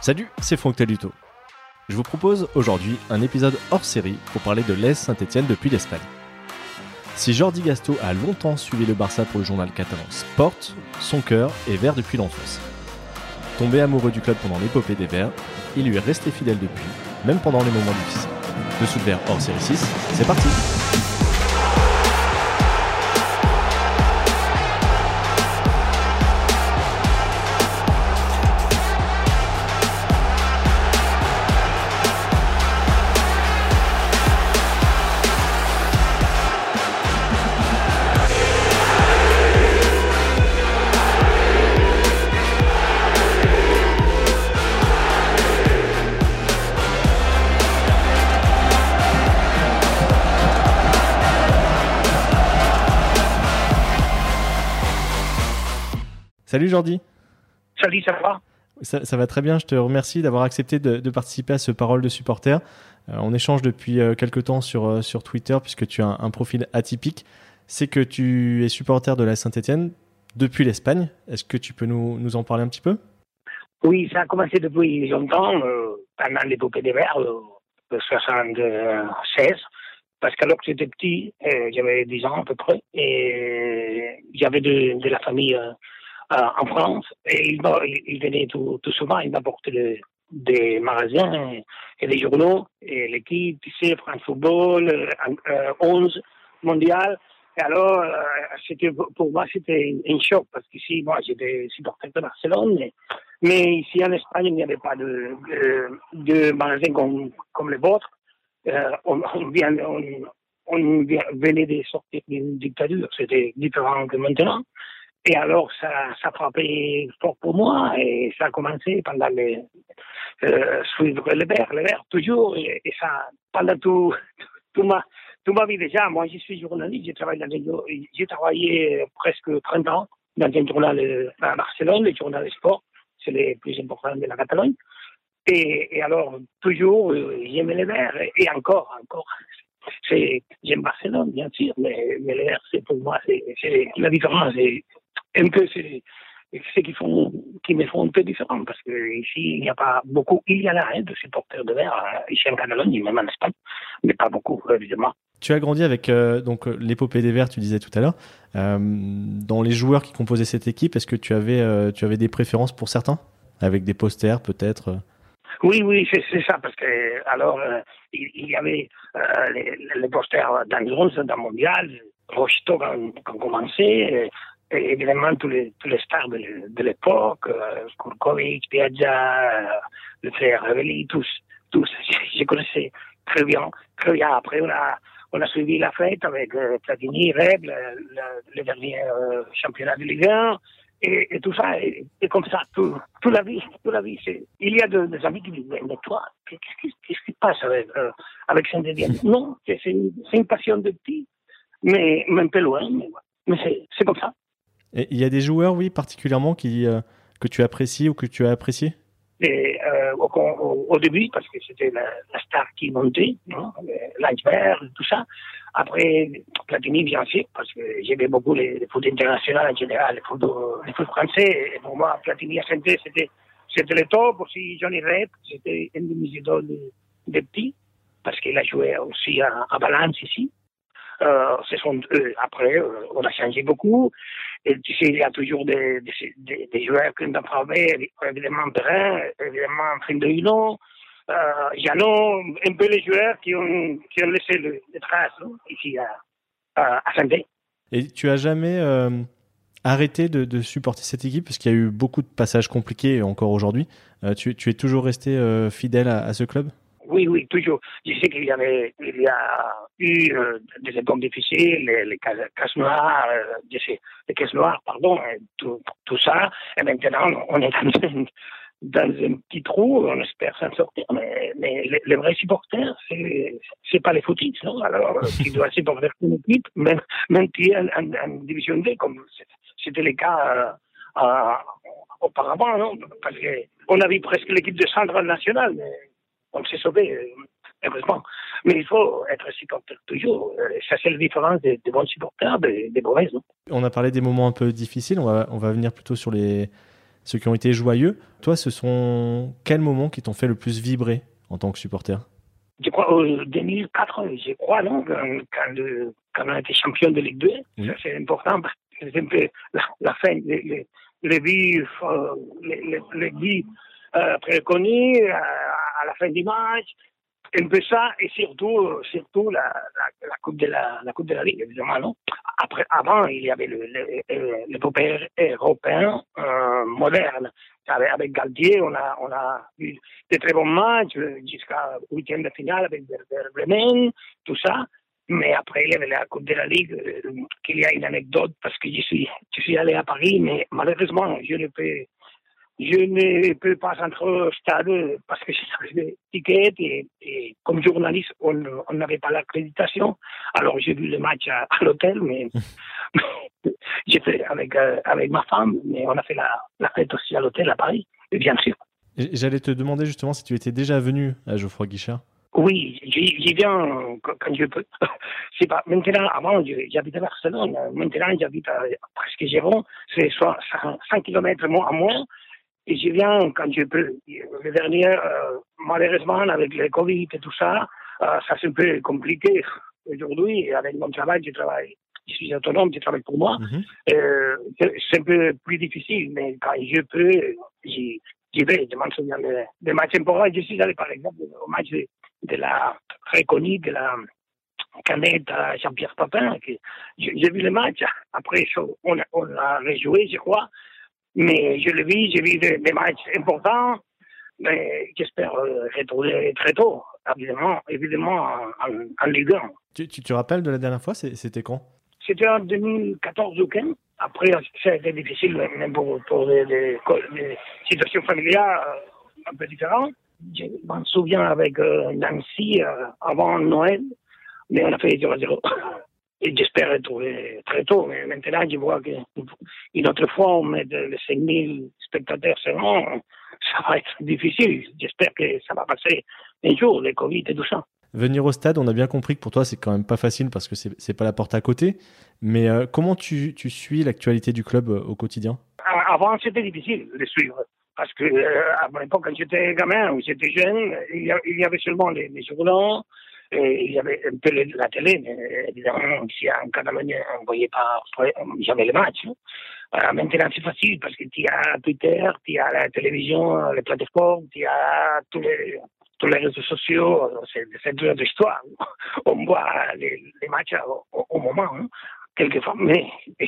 Salut, c'est Franck Taluto. Je vous propose aujourd'hui un épisode hors série pour parler de l'AS Saint-Etienne depuis l'Espagne. Si Jordi Gasto a longtemps suivi le Barça pour le journal catalan Sport, son cœur est vert depuis l'enfance. Tombé amoureux du club pendant l'épopée des Verts, il lui est resté fidèle depuis, même pendant les moments difficiles. Dessous de verre hors série 6, c'est parti! Salut Jordi. Salut, ça va ? Ça va très bien, je te remercie d'avoir accepté de participer à ce Parole de supporter. On échange depuis quelques temps sur Twitter puisque tu as un profil atypique. C'est que tu es supporter de la Saint-Etienne depuis l'Espagne. Est-ce que tu peux nous en parler un petit peu ? Oui, ça a commencé depuis longtemps, pendant l'épopée des Verts, de 76. Parce qu'alors que j'étais petit, j'avais 10 ans à peu près, et j'avais de la famille en France, et il venait tout souvent, il m'apportait des magasins et des journaux, et l'équipe, tu sais, France Football, 11 mondial. Et alors, pour moi, c'était un choc, parce qu'ici, moi, j'étais supporter de Barcelone, mais ici en Espagne, il n'y avait pas de magasins comme les vôtres. On venait de sortir d'une dictature, c'était différent que maintenant. Et alors, ça frappait fort pour moi, et ça a commencé pendant suivre les Verts toujours, et ça, pendant toute ma vie déjà. Moi, je suis journaliste, j'ai travaillé presque 30 ans dans un journal à Barcelone, le journal Sport, c'est le plus important de la Catalogne. Et alors, toujours, j'aimais les Verts, et encore. J'aime Barcelone, bien sûr, mais les Verts, c'est pour moi, c'est la différence. Un peu, c'est ce qui me font un peu différent, parce qu'ici, il n'y a pas beaucoup, il y en a de supporters de Verts, ici en Catalogne, même en Espagne, mais pas beaucoup, évidemment. Tu as grandi avec l'épopée des Verts, tu disais tout à l'heure. Dans les joueurs qui composaient cette équipe, est-ce que tu avais des préférences pour certains ? Avec des posters, peut-être ? Oui, c'est ça, parce que alors il y avait les posters d'Androns, dans Mondial, Rochito quand commençait, et évidemment tous les stars de l'époque, Kurkovic, Piazza, le frère Revelli, tous, je connaissais très bien. Après, on a suivi la fête avec Platini, Règle, le dernier championnat de Ligue 1. Et tout ça, et comme ça, toute la vie, il y a des amis qui disent, mais toi, qu'est-ce qui passe avec Saint-Etienne ? Non, c'est une passion de petit, mais un peu loin, mais c'est comme ça. Et il y a des joueurs, oui, particulièrement que tu apprécies ou que tu as apprécié ? Et, au début, parce que c'était la star qui montait, l'iceberg, tout ça. Après, Platini, bien sûr, parce que j'aimais beaucoup les foot international en général, les foot français. Et pour moi, Platini à Saint-Etienne, c'était le top. Aussi, Johnny Rep, c'était un de mes idoles de petit, parce qu'il a joué aussi à Valence ici. Après, on a changé beaucoup. Et tu sais, il y a toujours des joueurs qui ont frappé, évidemment Perrin, évidemment Frindeino, Jeannot, un peu les joueurs qui ont laissé les traces ici à Saint-Etienne. Et tu as jamais arrêté de supporter cette équipe parce qu'il y a eu beaucoup de passages compliqués encore aujourd'hui. Tu es toujours resté fidèle à ce club ? Oui, toujours. Je sais il y a eu des époques difficiles, les caisses noires, les caisses noires, pardon, tout ça. Et maintenant, on est dans un petit trou, on espère s'en sortir. Mais les vrais supporters, c'est pas les footistes, non ? Alors, tu dois supporter une équipe, même qui est en Division D, comme c'était le cas auparavant, non ? Parce qu'on a vu presque l'équipe de Centrale nationale, mais on s'est sauvé, heureusement. Mais il faut être supporter toujours. Ça, c'est la différence des bons supporters, des mauvais. Non ? On a parlé des moments un peu difficiles. On va venir plutôt sur les ceux qui ont été joyeux. Toi, ce sont quels moments qui t'ont fait le plus vibrer en tant que supporter? Je crois en 2004, je crois, non, quand on a été champion de Ligue 2, Oui. ça c'est important parce que c'est un peu la fin, les buts, les buts préconnus à la fin du match, un peu ça, et surtout la Coupe de la Ligue, évidemment, non. Après, avant, il y avait le poker européen moderne. Avec Galtier, on a eu de très bons matchs jusqu'à huitième de finale avec Werder Bremen, tout ça. Mais après, il y avait la Coupe de la Ligue, qu'il y a une anecdote, parce que je suis allé à Paris, mais malheureusement, je ne peux pas entrer au stade parce que j'ai des tickets et comme journaliste, on n'avait pas l'accréditation. Alors j'ai vu le match à l'hôtel, mais j'étais avec ma femme, mais on a fait la fête aussi à l'hôtel à Paris, et bien sûr. J'allais te demander justement si tu étais déjà venu à Geoffroy Guichard. Oui, j'y viens quand je peux. C'est pas maintenant. Avant, j'habitais à Barcelone. Maintenant, j'habite à presque Géron. C'est soit 5 kilomètres à moins. Et je viens quand je peux. Le dernier, malheureusement, avec le Covid et tout ça, ça c'est un peu compliqué aujourd'hui. Avec mon travail, je suis autonome, je travaille pour moi. C'est un peu plus difficile, mais quand je peux, j'y vais. Je m'en souviens des matchs importants. Je suis allé, par exemple, au match de la très connue de la canette à Jean-Pierre Papin. J'ai vu le match. Après, on a rejoué, je crois. Mais j'ai vu des matchs importants. Mais j'espère retourner très tôt, évidemment en Ligue 1. Tu te rappelles de la dernière fois? C'était quand? C'était en 2014 ou 15. Après, ça a été difficile, même pour des situations familiales un peu différentes. Je m'en souviens avec Nancy avant Noël, mais on a fait 0-0. Et j'espère retrouver très tôt. Mais maintenant, je vois qu'une autre fois, on met les 5000 spectateurs seulement. Ça va être difficile. J'espère que ça va passer un jour, le Covid et tout ça. Venir au stade, on a bien compris que pour toi, c'est quand même pas facile parce que c'est pas la porte à côté. Mais comment tu suis l'actualité du club au quotidien? Avant, c'était difficile de suivre. Parce que à l'époque, quand j'étais gamin ou j'étais jeune, il y avait seulement les journaux, et il y avait un peu la télé, mais évidemment, ici en Catalogne, on ne voyait pas jamais les matchs. Maintenant, c'est facile parce que tu as Twitter, tu as la télévision, les plateformes, tu as tous les réseaux sociaux. C'est de l'histoire. On voit les matchs au moment, hein, quelquefois. Mais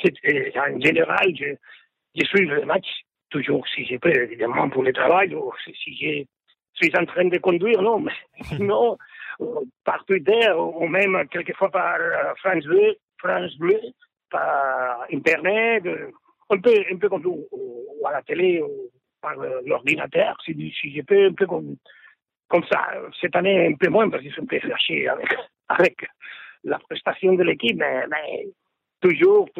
en général, je suis le match toujours si je peux, évidemment, pour le travail, ou si je suis en train de conduire, non, mais sinon, par Twitter, ou même quelquefois par France Bleu, par Internet, un peu comme tout, ou à la télé, ou par l'ordinateur, si je peux, un peu comme ça. Cette année, un peu moins, parce que je suis un peu fâché avec la prestation de l'équipe, mais toujours,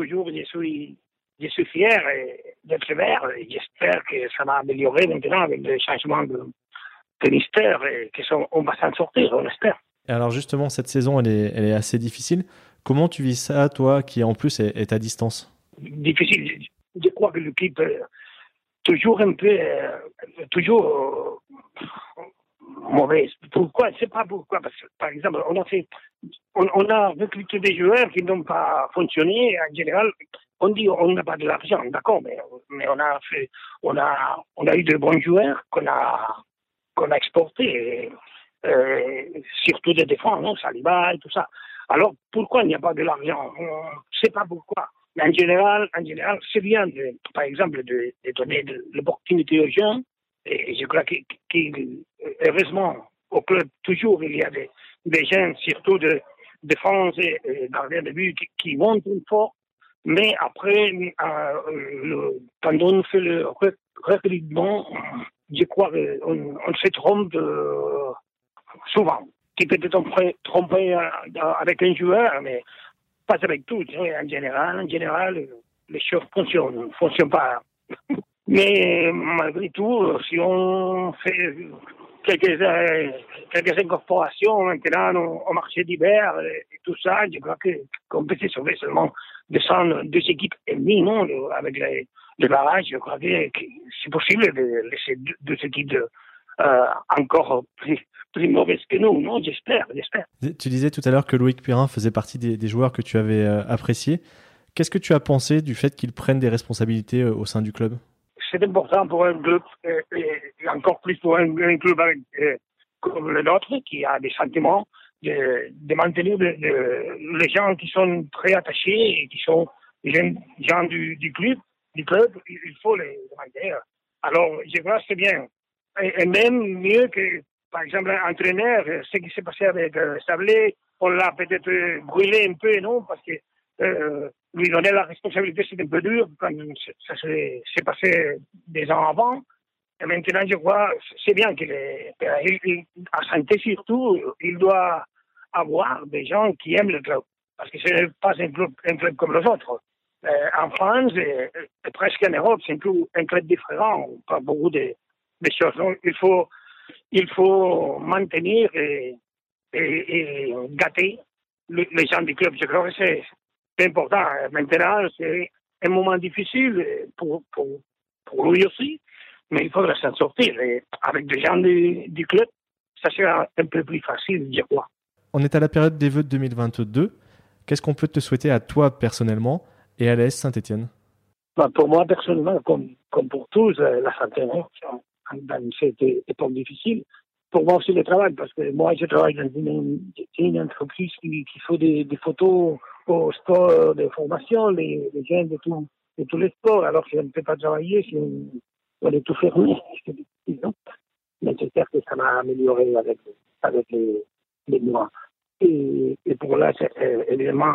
je suis fier d'être vert et j'espère que ça va améliorer maintenant avec le changement de ministère et qu'on va s'en sortir, on espère. Et alors justement, cette saison, elle est assez difficile. Comment tu vis ça, toi, qui en plus est à distance? Difficile. Je crois que l'équipe toujours un peu, toujours mauvaise. Pourquoi? Je ne sais pas pourquoi. Parce que, par exemple, on a recruté des joueurs qui n'ont pas fonctionné. En général, on dit on n'a pas de l'argent, d'accord, mais on a eu de bons joueurs qu'on a exportés, surtout des défenses, non, Saliba et tout ça. Alors pourquoi il n'y a pas de l'argent? On ne sait pas pourquoi. Mais en général, c'est bien, par exemple, de donner de l'opportunité aux jeunes. Et je crois heureusement, au club, toujours, il y a des jeunes, surtout de défense et gardiens de but, qui montent fort. Mais après, quand on fait le recrutement, je crois qu'on se trompe souvent. Qui peut être trompé avec un joueur, mais pas avec tout. En général, les choses ne fonctionnent pas. Mais malgré tout, si on fait quelques incorporations maintenant au marché d'hiver et tout ça, je crois qu'on peut se sauver seulement deux équipes et demie, non, avec barrage, je crois que c'est possible de laisser deux équipes encore plus mauvaises que nous, non? J'espère. Tu disais tout à l'heure que Loïc Perrin faisait partie des joueurs que tu avais appréciés. Qu'est-ce que tu as pensé du fait qu'il prenne des responsabilités au sein du club? C'est important pour un club, et encore plus pour un club comme le nôtre, qui a des sentiments de maintenir les gens qui sont très attachés et qui sont les gens du club. Il faut les maintenir. Alors, je crois que c'est bien. Et même mieux que, par exemple, un entraîneur, ce qui s'est passé avec Sablé, on l'a peut-être brûlé un peu, non? Parce que lui donner la responsabilité, c'est un peu dur quand ça s'est passé des ans avant. Et maintenant, je crois, c'est bien à Santé surtout, il doit avoir des gens qui aiment le club. Parce que ce n'est pas un club comme les autres. En France, et presque en Europe, c'est un club différent. Pas beaucoup de choses. Donc, il faut maintenir et gâter les gens du club. Je crois que c'est important. Maintenant, c'est un moment difficile pour lui aussi, mais il faudra s'en sortir. Et avec des gens du club, ça sera un peu plus facile, je crois. On est à la période des vœux de 2022. Qu'est-ce qu'on peut te souhaiter à toi personnellement et à l'AS Saint-Étienne? Pour moi, personnellement, comme pour tous, la santé dans cette époque difficile. Pour moi aussi, le travail, parce que moi, je travaille dans une entreprise qui fait des photos au sport de formation, les gens de tous les sports. Alors, si on ne peut pas travailler, si on est tout fermé, c'est difficile, non? Mais j'espère que ça va améliorer avec les mois. Et pour là, évidemment,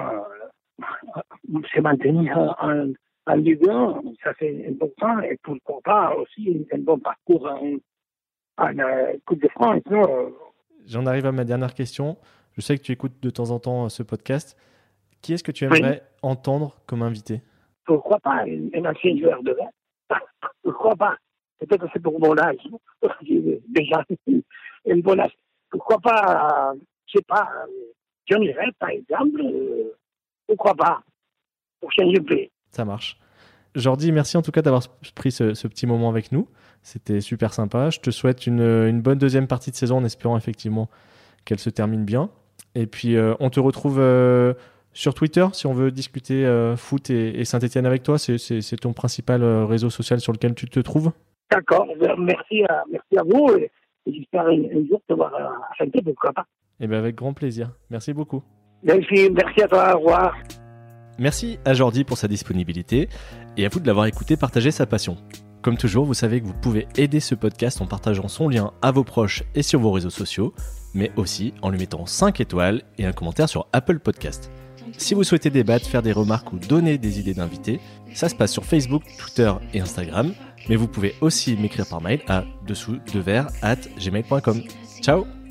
se maintenir en Ligue 1, ça c'est important. Et pourquoi pas aussi un bon parcours en Coupe de France. Non? J'en arrive à ma dernière question. Je sais que tu écoutes de temps en temps ce podcast. Qui est-ce que tu aimerais entendre comme invité? Pourquoi pas un ancien joueur de verre? Pourquoi pas? Peut-être que c'est pour mon âge. Déjà, un bon âge. Pourquoi pas, je sais pas, Johnny Rep, par exemple. Pourquoi pas? Pour changer un peu. Ça marche. Jordi, merci en tout cas d'avoir pris ce petit moment avec nous. C'était super sympa. Je te souhaite une bonne deuxième partie de saison en espérant effectivement qu'elle se termine bien. Et puis, on te retrouve sur Twitter si on veut discuter foot et Saint-Étienne avec toi. C'est ton principal réseau social sur lequel tu te trouves? D'accord. Merci à vous. Et j'espère un jour te voir à Saint-Étienne, pourquoi pas. Eh bien, avec grand plaisir. Merci beaucoup. Merci à toi. Au revoir. Merci à Jordi pour sa disponibilité et à vous de l'avoir écouté partager sa passion. Comme toujours, vous savez que vous pouvez aider ce podcast en partageant son lien à vos proches et sur vos réseaux sociaux, mais aussi en lui mettant 5 étoiles et un commentaire sur Apple Podcast. Si vous souhaitez débattre, faire des remarques ou donner des idées d'invités, ça se passe sur Facebook, Twitter et Instagram, mais vous pouvez aussi m'écrire par mail à dessous-de-verre@gmail.com. Ciao!